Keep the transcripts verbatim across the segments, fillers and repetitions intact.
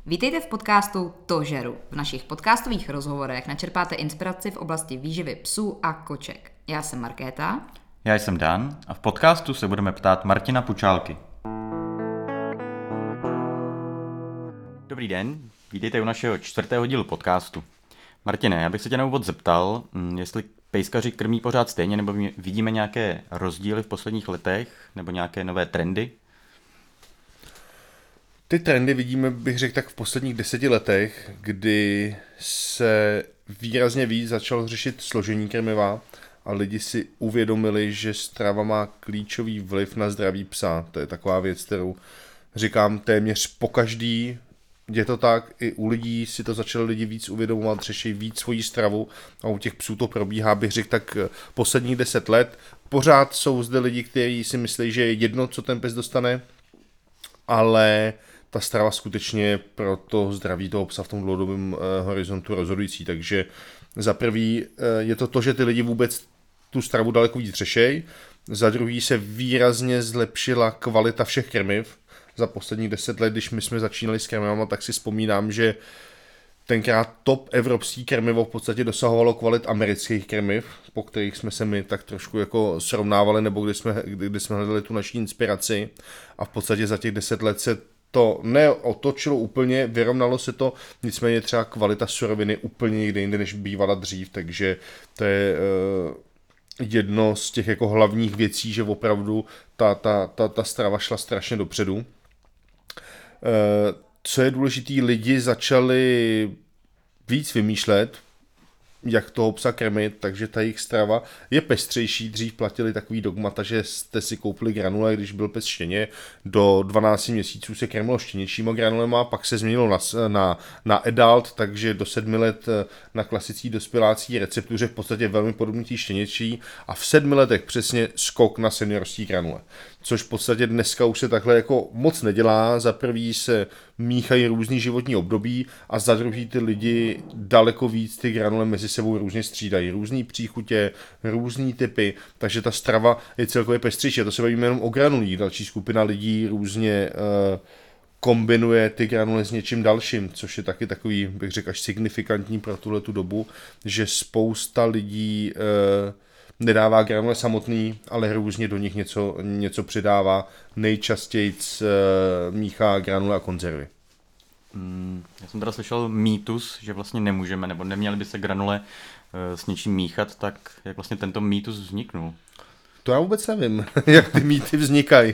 Vítejte v podcastu To žeru. V našich podcastových rozhovorech načerpáte inspiraci v oblasti výživy psů a koček. Já jsem Markéta. Já jsem Dan a v podcastu se budeme ptát Martina Pučálky. Dobrý den, vítejte u našeho čtvrtého dílu podcastu. Martine, já bych se tě na úvod zeptal, jestli pejskaři krmí pořád stejně, nebo vidíme nějaké rozdíly v posledních letech, nebo nějaké nové trendy? Ty trendy vidíme, bych řekl, tak v posledních deseti letech, kdy se výrazně víc začalo řešit složení krmiva a lidi si uvědomili, že strava má klíčový vliv na zdraví psa. To je taková věc, kterou říkám téměř pokaždý. Je to tak, i u lidí si to začali lidi víc uvědomovat, řeší víc svoji stravu a u těch psů to probíhá, bych řekl, tak posledních deset let. Pořád jsou zde lidi, kteří si myslí, že je jedno, co ten pes dostane, ale ta strava skutečně pro to zdraví toho psa v tom dlouhodobém eh, horizontu rozhodující. Takže za prvý eh, je to to, že ty lidi vůbec tu stravu daleko víc řešejí. Za druhý se výrazně zlepšila kvalita všech krmiv. Za posledních deset let, když my jsme začínali s krmivama, tak si vzpomínám, že tenkrát top evropský krmivo v podstatě dosahovalo kvalit amerických krmiv, po kterých jsme se my tak trošku jako srovnávali, nebo kdy jsme, kdy jsme hledali tu naší inspiraci. A v podstatě za těch deset let se to neotočilo úplně, vyrovnalo se to, nicméně třeba kvalita suroviny úplně někde jinde, než bývala dřív, takže to je uh, jedno z těch jako hlavních věcí, že opravdu ta, ta, ta, ta strava šla strašně dopředu. Uh, co je důležitý, lidi začali víc vymýšlet, jak toho psa krmit, takže ta jejich strava je pestřejší. Dřív platili takový dogmata, že jste si koupili granule, když byl pes štěně, do dvanácti měsíců se krmilo štěněčíma granulema, pak se změnilo na, na, na adult, takže do sedmi let na klasický dospělácí receptuře v podstatě velmi podobný tý štěněčí a v sedmi letech přesně skok na seniorský granule. Což v podstatě dneska už se takhle jako moc nedělá. Za prvý se míchají různý životní období a za druhý ty lidi daleko víc ty granule mezi sebou různě střídají. Různý příchutě, různý typy, takže ta strava je celkově pestřejší. A to se bavíme jenom o granulích. Další skupina lidí různě uh, kombinuje ty granule s něčím dalším, což je taky takový, bych řekl, až signifikantní pro tuhletu dobu, že spousta lidí uh, nedává granule samotný, ale různě do nich něco, něco přidává. Nejčastěji uh, míchá granule a konzervy. Hmm, já jsem teda slyšel mýtus, že vlastně nemůžeme, nebo neměli by se granule uh, s něčím míchat, tak jak vlastně tento mýtus vzniknul? To já vůbec nevím, jak ty mýty vznikají.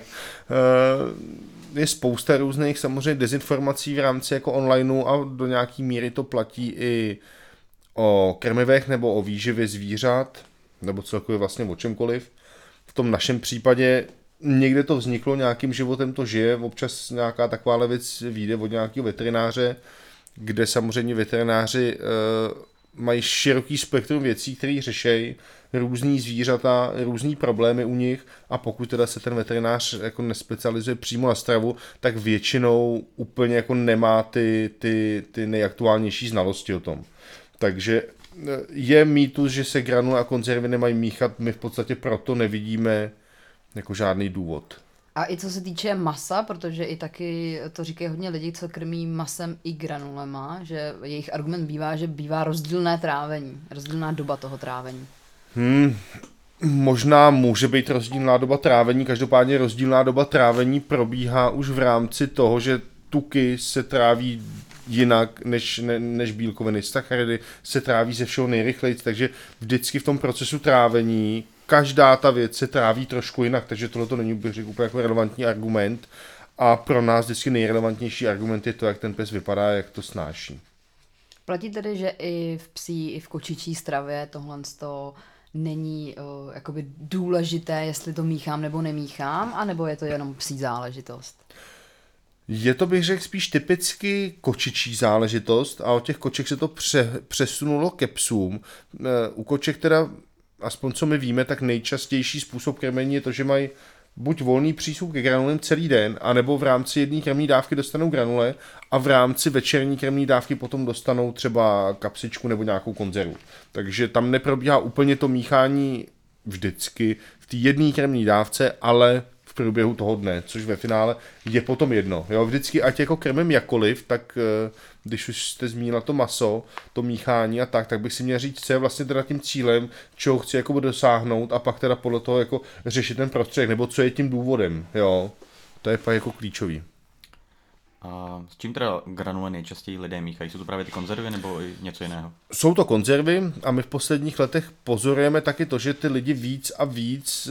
Uh, je spousta různých samozřejmě dezinformací v rámci jako onlineu a do nějaký míry to platí i o krmivech nebo o výživě zvířat, nebo celkově vlastně o čemkoliv. V tom našem případě někde to vzniklo, nějakým životem to žije, občas nějaká takováhle věc vyjde od nějakého veterináře, kde samozřejmě veterináři e, mají široký spektrum věcí, které řešejí, různý zvířata, různý problémy u nich a pokud teda se ten veterinář jako nespecializuje přímo na stravu, tak většinou úplně jako nemá ty, ty, ty nejaktuálnější znalosti o tom. Takže je mýtus, že se granule a konzervy nemají míchat, my v podstatě proto nevidíme jako žádný důvod. A i co se týče masa, protože i taky to říkají hodně lidí, co krmí masem i granulema, že jejich argument bývá, že bývá rozdílné trávení, rozdílná doba toho trávení. Hmm, možná může být rozdílná doba trávení, každopádně rozdílná doba trávení probíhá už v rámci toho, že tuky se tráví jinak než, ne, než bílkoviny. Sacharidy se tráví ze všeho nejrychleji, takže vždycky v tom procesu trávení každá ta věc se tráví trošku jinak, takže tohle to není, bych řekl, úplně jako relevantní argument a pro nás vždycky nejrelevantnější argument je to, jak ten pes vypadá, jak to snáší. Platí tedy, že i v psí, i v kočičí stravě tohle to není uh, jakoby důležité, jestli to míchám nebo nemíchám, anebo je to jenom psí záležitost? Je to, bych řekl, spíš typicky kočičí záležitost a od těch koček se to pře, přesunulo ke psům. U koček teda, aspoň co my víme, tak nejčastější způsob krmení je to, že mají buď volný přístup ke granulím celý den, anebo v rámci jedné krmní dávky dostanou granule a v rámci večerní krmní dávky potom dostanou třeba kapsičku nebo nějakou konzervu. Takže tam neprobíhá úplně to míchání vždycky v té jedné krmní dávce, ale v v průběhu toho dne, což ve finále je potom jedno. Jo, vždycky, ať jako krmím jakkoliv, tak když už jste zmínila to maso, to míchání a tak, tak bych si měl říct, co je vlastně teda tím cílem, čeho chci jako dosáhnout a pak teda podle toho jako řešit ten prostředek, nebo co je tím důvodem, jo. To je pak jako klíčový. A s čím teda granule nejčastěji lidé míchají? Jsou to právě ty konzervy nebo i něco jiného? Jsou to konzervy a my v posledních letech pozorujeme taky to, že ty lidi víc a víc,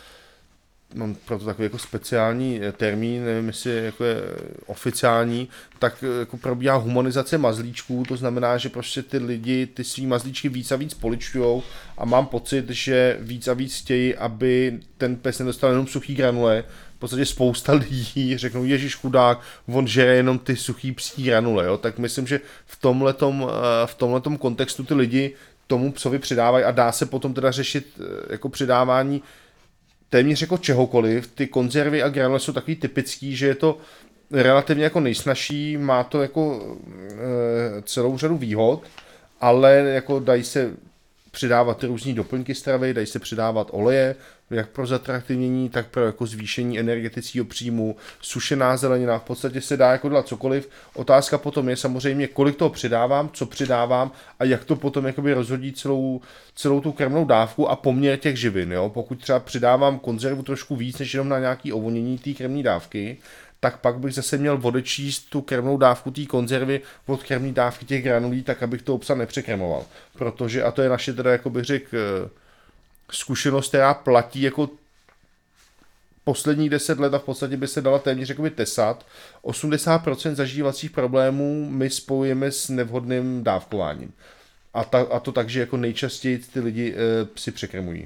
mám proto takový jako speciální termín, nevím, jestli jako je oficiální, tak jako probíhá humanizace mazlíčků, to znamená, že prostě ty lidi ty svý mazlíčky víc a víc poličťujou a mám pocit, že víc a víc chtějí, aby ten pes nedostal jenom suchý granule. V podstatě spousta lidí řeknou, ježiš chudák, on žere jenom ty suchý psí granule, jo? Tak myslím, že v tomhletom, v tomhletom kontextu ty lidi tomu psovi přidávají a dá se potom teda řešit jako přidávání téměř jako čehokoliv. Ty konzervy a granule jsou takový typický, že je to relativně jako nejsnažší, má to jako e, celou řadu výhod, ale jako dají se přidávat různý doplňky stravy, dají se přidávat oleje, jak pro zatraktivnění, tak pro jako zvýšení energetického příjmu, sušená zelenina, v podstatě se dá jako dělat cokoliv. Otázka potom je samozřejmě, kolik toho přidávám, co přidávám a jak to potom jakoby rozhodí celou, celou tu krmnou dávku a poměr těch živin. Jo? Pokud třeba přidávám konzervu trošku víc, než jenom na nějaké ovonění té krmné dávky, tak pak bych zase měl odečíst tu krmnou dávku té konzervy od krmné dávky těch granulí, tak abych to psa nepřekrmoval. Protože, a to je naše teda, jako bych řekl, zkušenost, která platí jako posledních deset let a v podstatě by se dala téměř jakoby tesat. osmdesát procent zažívacích problémů my spojujeme s nevhodným dávkováním. A, ta, a to tak, že jako nejčastěji ty lidi e, psi překrmují.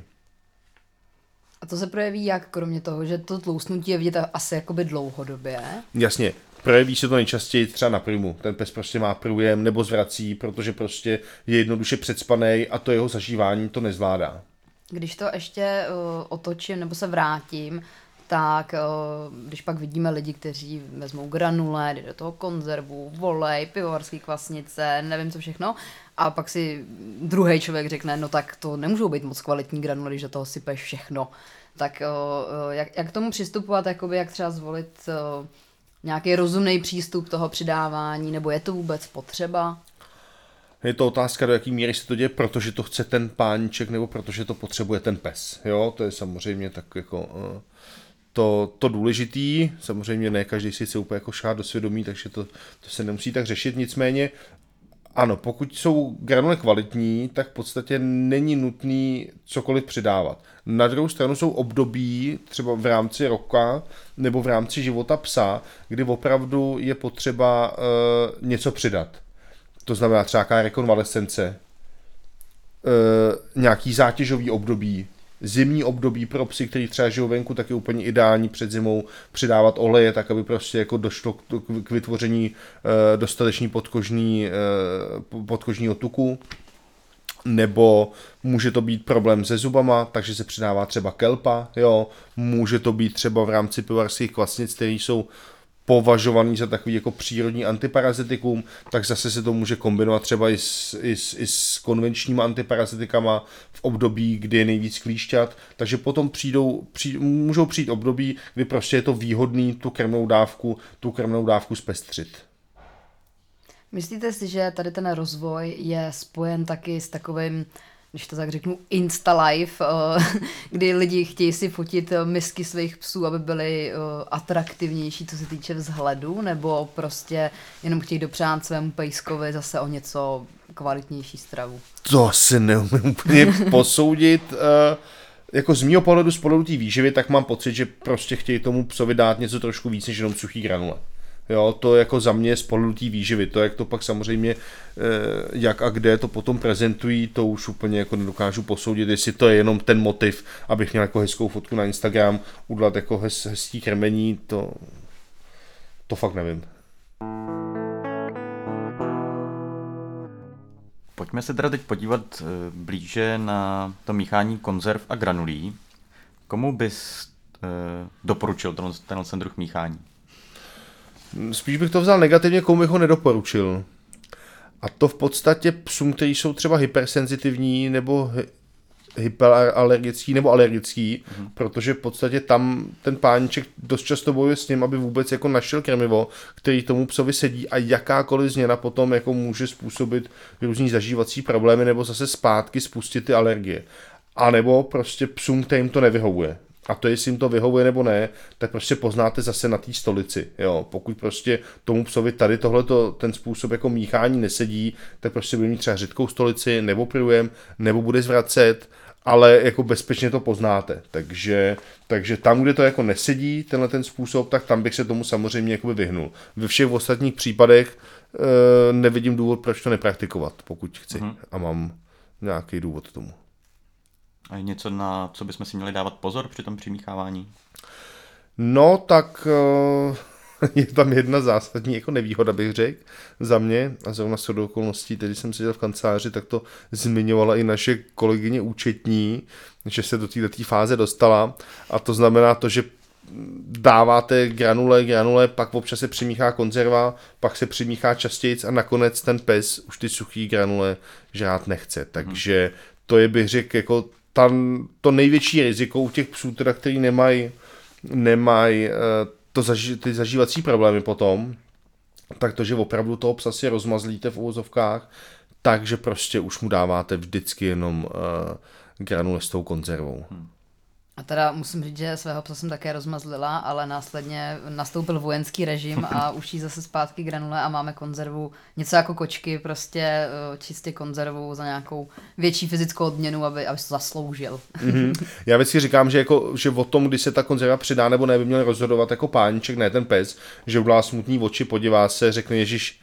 A to se projeví jak, kromě toho, že to tloustnutí je vidět asi jakoby dlouhodobě? Jasně, projeví se to nejčastěji třeba na průjmu. Ten pes prostě má průjem nebo zvrací, protože prostě je jednoduše předspanej a to jeho zažívání to nezvládá. Když to ještě uh, otočím nebo se vrátím, tak uh, když pak vidíme lidi, kteří vezmou granule, jde do toho konzervu, volej, pivovarský kvasnice, nevím co všechno, a pak si druhý člověk řekne, no tak to nemůžou být moc kvalitní granule, když do toho sypeš všechno. Tak uh, jak, jak k tomu přistupovat, jakoby, jak třeba zvolit uh, nějaký rozumný přístup toho přidávání, nebo je to vůbec potřeba? Je to otázka, do jaký míry se to děje, protože to chce ten páníček, nebo protože to potřebuje ten pes. Jo, to je samozřejmě tak jako uh, to, to důležitý. Samozřejmě ne každý si chce úplně jako šát do svědomí, takže to, to se nemusí tak řešit. Nicméně, ano, pokud jsou granule kvalitní, tak v podstatě není nutný cokoliv přidávat. Na druhou stranu jsou období, třeba v rámci roka nebo v rámci života psa, kdy opravdu je potřeba uh, něco přidat. To znamená třeba nějaká rekonvalescence, e, nějaký zátěžový období, zimní období pro psy, který třeba žijou venku, tak je úplně ideální před zimou přidávat oleje, tak aby prostě jako došlo k, k vytvoření e, dostatečný podkožní, e, podkožního tuku. Nebo může to být problém se zubama, takže se přidává třeba kelpa, jo. Může to být třeba v rámci pivovarských kvasnic, které jsou považovaný za takový jako přírodní antiparazitikum, tak zase se to může kombinovat třeba i s, i s, i s konvenčníma antiparazitikama v období, kdy je nejvíc klíšťat, takže potom přijdou, přij, můžou přijít období, kdy prostě je to výhodný tu krmnou dávku, tu krmnou dávku zpestřit. Myslíte si, že tady ten rozvoj je spojen taky s takovým, když to tak řeknu, Insta-life, kdy lidi chtějí si fotit misky svých psů, aby byly atraktivnější, co se týče vzhledu, nebo prostě jenom chtějí dopřát svému pejskovi zase o něco kvalitnější stravu? To si neumím úplně posoudit. Jako z mýho pohledu, z pohledu té výživy, tak mám pocit, že prostě chtějí tomu psovi dát něco trošku víc, než jenom suchý granule. Jo, to jako za mě z pohledu té výživy, to jak to pak samozřejmě, jak a kde to potom prezentují, to už úplně jako nedokážu posoudit, jestli to je jenom ten motiv, abych měl jako hezkou fotku na Instagram, udělat jako hez, hezký krmení, to, to fakt nevím. Pojďme se teda teď podívat blíže na to míchání konzerv a granulí. Komu bys doporučil ten, ten druh míchání? Spíš bych to vzal negativně, komu bych ho nedoporučil. A to v podstatě psům, kteří jsou třeba hypersenzitivní nebo hyperalergický nebo alergický, mm. protože v podstatě tam ten páníček dost často bojuje s tím, aby vůbec jako našel krmivo, který tomu psovi sedí a jakákoliv změna potom jako může způsobit různý zažívací problémy nebo zase zpátky spustit ty alergie. A nebo prostě psům, kterým to nevyhovuje. A to, jestli jim to vyhovuje nebo ne, tak prostě poznáte zase na té stolici. Jo. Pokud prostě tomu psovi tady tohleto, ten způsob jako míchání nesedí, tak prostě bude mít třeba řidkou stolici, nebo průjem, nebo bude zvracet, ale jako bezpečně to poznáte. Takže, takže tam, kde to jako nesedí, tenhle ten způsob, tak tam bych se tomu samozřejmě jakoby vyhnul. Ve všech ostatních případech e, nevidím důvod, proč to nepraktikovat, pokud chci mm. a mám nějaký důvod k tomu. A je něco, na co bychom si měli dávat pozor při tom přimíchávání? No, tak je tam jedna zásadní jako nevýhoda, bych řekl, za mě. A zrovna shodou okolností, když jsem seděl v kanceláři, tak to zmiňovala i naše kolegyně účetní, že se do této fáze dostala. A to znamená to, že dáváte granule, granule, pak občas se přimíchá konzerva, pak se přimíchá častěji a nakonec ten pes už ty suchý granule žrát nechce. Takže to je, bych řekl, jako tam to největší riziko u těch psů, teda, který nemají nemají to zaži, ty zažívací problémy potom, tak to, že opravdu toho psa si rozmazlíte v uvozovkách, takže prostě už mu dáváte vždycky jenom uh, granule s tou konzervou. Hmm. A teda musím říct, že svého psa jsem také rozmazlila, ale následně nastoupil vojenský režim a už jí zase zpátky granule a máme konzervu, něco jako kočky, prostě čistě konzervu za nějakou větší fyzickou odměnu, aby, aby se to zasloužil. Mm-hmm. Já vždycky říkám, že, jako, že o tom, kdy se ta konzerva přidá nebo ne, by měl rozhodovat jako páníček, ne ten pes, že udělá smutný oči, podívá se, řekne, ježiš,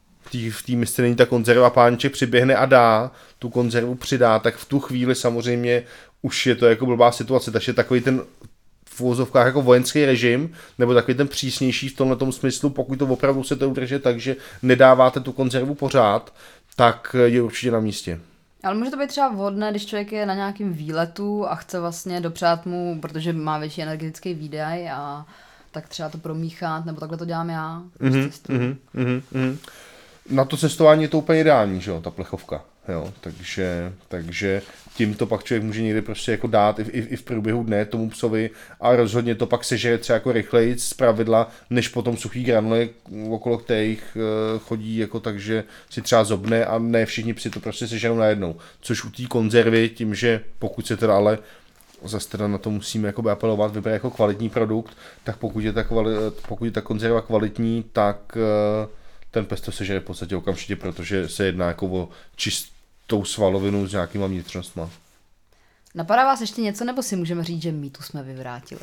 v té misce není ta konzerva, páníček přiběhne a dá, tu konzervu přidá, tak v tu chvíli samozřejmě už je to jako blbá situace, takže takový ten v uvozovkách jako vojenský režim, nebo takový ten přísnější v tomhletom smyslu, pokud to opravdu se to udrží tak, že nedáváte tu konzervu pořád, tak je určitě na místě. Ale může to být třeba vhodné, když člověk je na nějakém výletu a chce vlastně dopřát mu, protože má větší energetický výdaj a tak třeba to promíchat, nebo takhle to dělám já. Mm-hmm, mm-hmm, mm-hmm. Na to cestování je to úplně ideální, že jo, ta plechovka. Jo, takže, takže tím to pak člověk může někdy prostě jako dát i, i, i v průběhu dne tomu psovi a rozhodně to pak sežere třeba jako rychleji z pravidla, než potom suchý granule, okolo kterých uh, chodí jako takže si třeba zobne a ne všichni psi to prostě seženou najednou. Což u té konzervy, tím, že pokud se teda ale zase teda na to musíme jakoby apelovat, vybrat jako kvalitní produkt, tak pokud je ta, kvali, pokud je ta konzerva kvalitní, tak uh, ten pes to sežere v podstatě okamžitě, protože se jedná jako o čistou svalovinu s nějakýma vnitřnostma. Napadá vás ještě něco, nebo si můžeme říct, že mýtu jsme vyvrátili?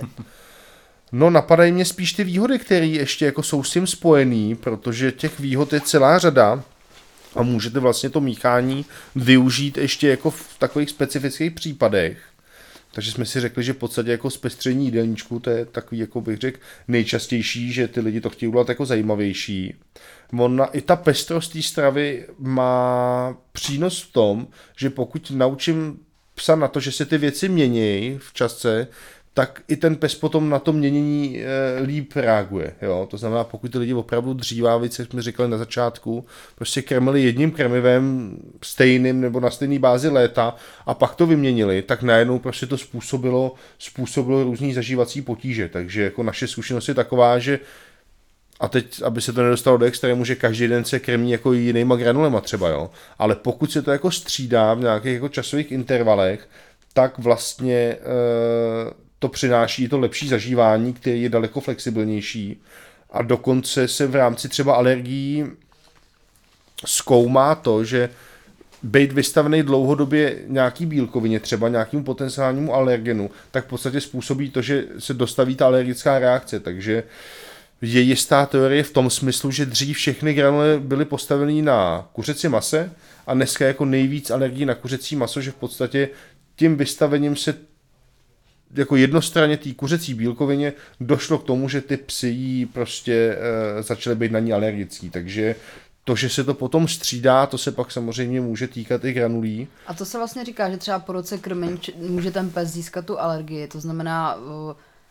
No, napadají mě spíš ty výhody, které ještě jako jsou s tím spojený, protože těch výhod je celá řada a můžete vlastně to míchání využít ještě jako v takových specifických případech. Takže jsme si řekli, že v podstatě jako zpestření jídelníčku, to je takový, jako bych řekl, nejčastější, že ty lidi to chtějí udělat jako zajímavější. Ona, i ta pestrost té stravy má přínos v tom, že pokud naučím psa na to, že se ty věci mění v čase, tak i ten pes potom na to měnění e, líp reaguje. Jo? To znamená, pokud ty lidi opravdu dříva, víc, jak jsme říkali na začátku, prostě krmili jedním krmivem stejným nebo na stejné bázi léta a pak to vyměnili, tak najednou prostě to způsobilo, způsobilo různý zažívací potíže. Takže jako naše zkušenost je taková, že a teď, aby se to nedostalo do extrému, že každý den se krmí jako jinýma granulema třeba, jo. Ale pokud se to jako střídá v nějakých jako časových intervalech, tak vlastně e, to přináší to lepší zažívání, který je daleko flexibilnější. A dokonce se v rámci třeba alergií zkoumá to, že být vystavený dlouhodobě nějaký bílkovině, třeba nějakému potenciálnímu alergenu, tak v podstatě způsobí to, že se dostaví ta alergická reakce. Takže je jistá teorie v tom smyslu, že dřív všechny granule byly postaveny na kuřecí mase a dneska jako nejvíc alergií na kuřecí maso, že v podstatě tím vystavením se jako jednostranně té kuřecí bílkovině došlo k tomu, že ty psy jí prostě e, začaly být na ní alergický. Takže to, že se to potom střídá, to se pak samozřejmě může týkat i granulí. A to se vlastně říká, že třeba po roce krmení může ten pes získat tu alergii, to znamená,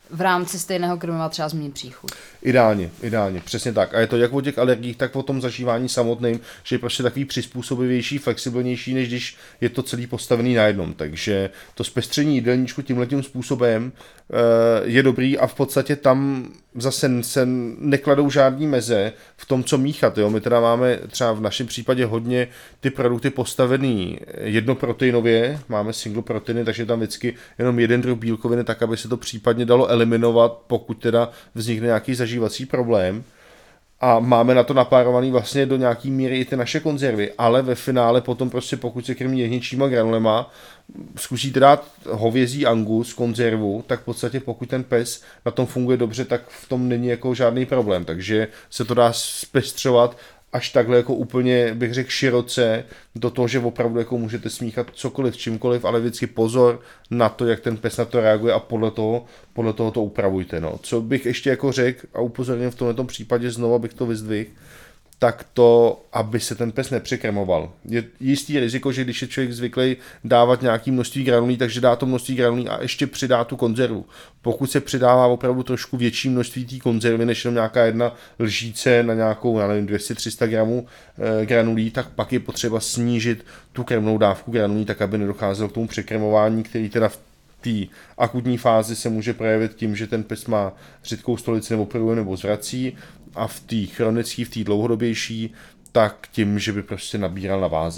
v rámci stejného krmiva třeba změnit příchuť. Ideálně, ideálně, přesně tak. A je to jak o těch alergiích, tak o tom zažívání samotným, že je prostě takový přizpůsobivější, flexibilnější, než když je to celý postavený na jednom. Takže to zpestření jídelníčku tímhletím způsobem je dobrý a v podstatě tam zase se nekladou žádný meze v tom, co míchat. Jo? My teda máme třeba v našem případě hodně ty produkty postavený jednoproteinově, máme single proteiny, takže tam vždycky jenom jeden druh bílkoviny, tak aby se to případně dalo eliminovat, pokud teda vznikne nějaký zažívací problém. A máme na to napárovaný vlastně do nějaký míry i ty naše konzervy, ale ve finále potom prostě pokud se krmí jehněčíma granulema, zkusíte dát hovězí angus konzervu, tak v podstatě pokud ten pes na tom funguje dobře, tak v tom není jako žádný problém, takže se to dá zpestřovat až takhle jako úplně, bych řekl, široce do toho, že opravdu jako můžete smíchat cokoliv, čímkoliv, ale vždycky pozor na to, jak ten pes na to reaguje a podle toho, podle toho to upravujte. No. Co bych ještě jako řekl a upozornil v tomto případě, znovu bych to vyzdvihl, tak to, aby se ten pes nepřekrmoval. Je jistý riziko, že když je člověk zvyklý dávat nějaké množství granulí, takže dá to množství granulí a ještě přidá tu konzervu. Pokud se přidává opravdu trošku větší množství té konzervy, než jenom nějaká jedna lžíce na nějakou, já nevím, dvě stě tři sta gramů e, granulí, tak pak je potřeba snížit tu krmnou dávku granulí, tak aby nedocházelo k tomu překrmování, který teda v té akutní fázi se může projevit tím, že ten pes má řidkou stolici nebo průjem nebo zvrací, a v té chronické, v té dlouhodobější, tak tím, že by prostě nabíral na váze.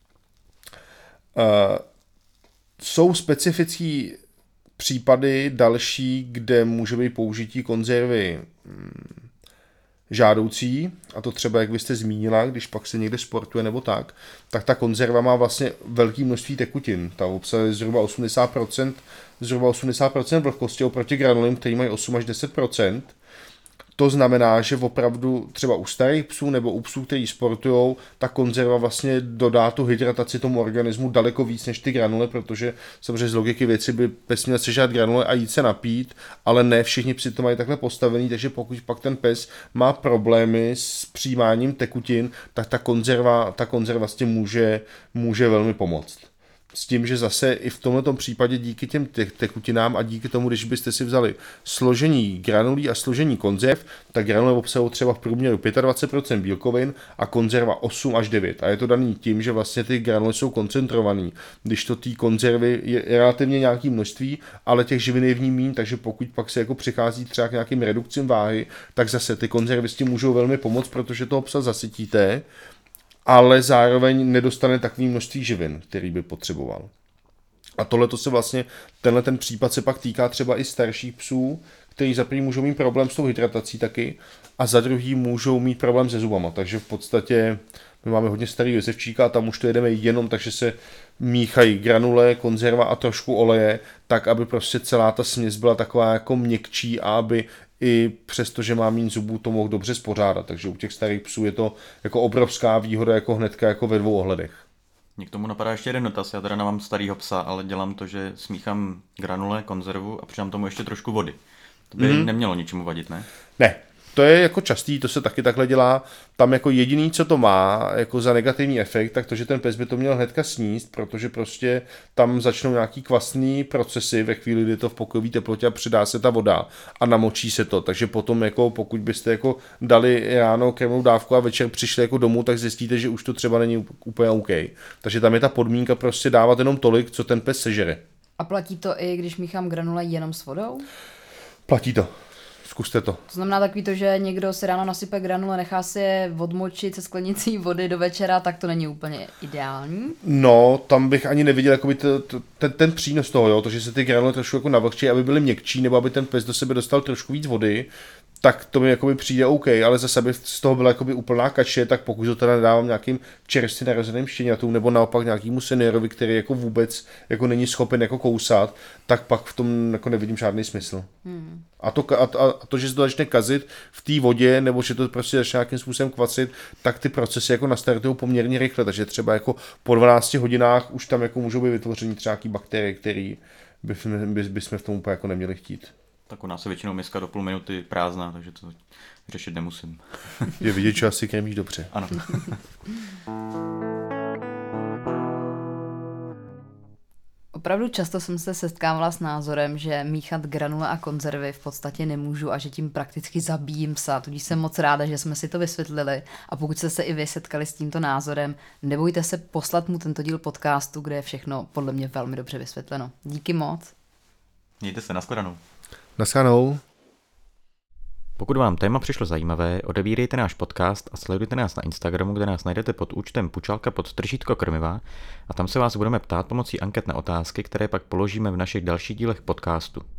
Uh, jsou specifické případy další, kde může být použití konzervy hmm, žádoucí, a to třeba, jak vy jste zmínila, když pak se někde sportuje nebo tak, tak ta konzerva má vlastně velké množství tekutin. Ta obsahuje zhruba osmdesát procent, zhruba osmdesát procent vlhkosti oproti granulím, který mají osm až deset procent. To znamená, že opravdu třeba u starých psů nebo u psů, kteří sportujou, ta konzerva vlastně dodá tu hydrataci tomu organismu daleko víc než ty granule, protože samozřejmě z logiky věci by pes měl sežrat granule a jít se napít, ale ne všichni psi to mají takhle postavený, takže pokud pak ten pes má problémy s přijímáním tekutin, tak ta konzerva, ta konzerva s tím může, může velmi pomoct. S tím, že zase i v tomto případě díky těm tekutinám a díky tomu, když byste si vzali složení granulí a složení konzerv, tak granule obsahují třeba v průměru dvacet pět procent bílkovin a konzerva osm až devět. A je to daný tím, že vlastně ty granule jsou koncentrovaný. Když to té konzervy je relativně nějaké množství, ale těch živin je v ní míň, takže pokud pak se jako přichází třeba k nějakým redukcím váhy, tak zase ty konzervy s tím můžou velmi pomoct, protože toho psa zasytíte, ale zároveň nedostane takový množství živin, který by potřeboval. A tohle to se vlastně, tenhle ten případ se pak týká třeba i starších psů, kteří za první můžou mít problém s tou hydratací taky a za druhý můžou mít problém se zubama. Takže v podstatě my máme hodně starý jezevčíka a tam už to jedeme jenom, takže se míchají granule, konzerva a trošku oleje, tak aby prostě celá ta směs byla taková jako měkčí a aby i přesto, že má méně zubů, to mohl dobře spořádat. Takže u těch starých psů je to jako obrovská výhoda, jako hnedka jako ve dvou ohledech. Mě k tomu napadá ještě jeden dotaz. Já teda nemám starýho psa, ale dělám to, že smíchám granule, konzervu a přidám tomu ještě trošku vody. To by mm. nemělo ničemu vadit, ne? Ne. To je jako častý, to se taky takhle dělá. Tam jako jediný, co to má jako za negativní efekt, tak to, že ten pes by to měl hnedka sníst, protože prostě tam začnou nějaký kvasný procesy ve chvíli, kdy to v pokojové teplotě a přidá se ta voda a namočí se to. Takže potom jako pokud byste jako dali ráno krmnou dávku a večer přišli jako domů, tak zjistíte, že už to třeba není úplně OK. Takže tam je ta podmínka prostě dávat jenom tolik, co ten pes sežere. A platí to i, když míchám granule jenom s vodou? Platí to. Zkuste to. To znamená takový to, že někdo si ráno nasype granule, nechá si je odmočit se sklenicí vody do večera, tak to není úplně ideální. No, tam bych ani neviděl jakoby to, to, ten, ten přínos toho, jo, to, že se ty granule trošku jako navlhčí, aby byly měkčí, nebo aby ten pes do sebe dostal trošku víc vody, tak to mi jakoby přijde OK, ale zase aby z toho byla jakoby úplná kaše, tak pokud to teda dávám nějakým čerstvě narozeným štěňatům, nebo naopak nějakému seniorovi, který jako vůbec jako není schopen jako kousat, tak pak v tom jako nevidím žádný smysl. Hmm. A, to, a, a to, že se to začne kazit v té vodě, nebo že to prostě začne nějakým způsobem kvasit, tak ty procesy jako nastartují poměrně rychle, takže třeba jako po dvanácti hodinách už tam jako můžou být vytvoření třeba nějaký bakterie, který by, by, by jsme v tom úplně jako neměli chtít. Tak u nás je většinou miska do půl minuty prázdná, takže to řešit nemusím. Je vidět, že asi krmíš dobře. Ano. Opravdu často jsem se setkávala s názorem, že míchat granule a konzervy v podstatě nemůžu a že tím prakticky zabíjím psa. Tudíž jsem moc ráda, že jsme si to vysvětlili. A pokud jste se i vy setkali s tímto názorem, nebojte se poslat mu tento díl podcastu, kde je všechno podle mě velmi dobře vysvětleno. Díky moc. Mějte se, nashledanou. Naschledanou. Pokud vám téma přišlo zajímavé, odebírejte náš podcast a sledujte nás na Instagramu, kde nás najdete pod účtem Pučálka pod tržítko krmiva a tam se vás budeme ptát pomocí anket na otázky, které pak položíme v našich dalších dílech podcastu.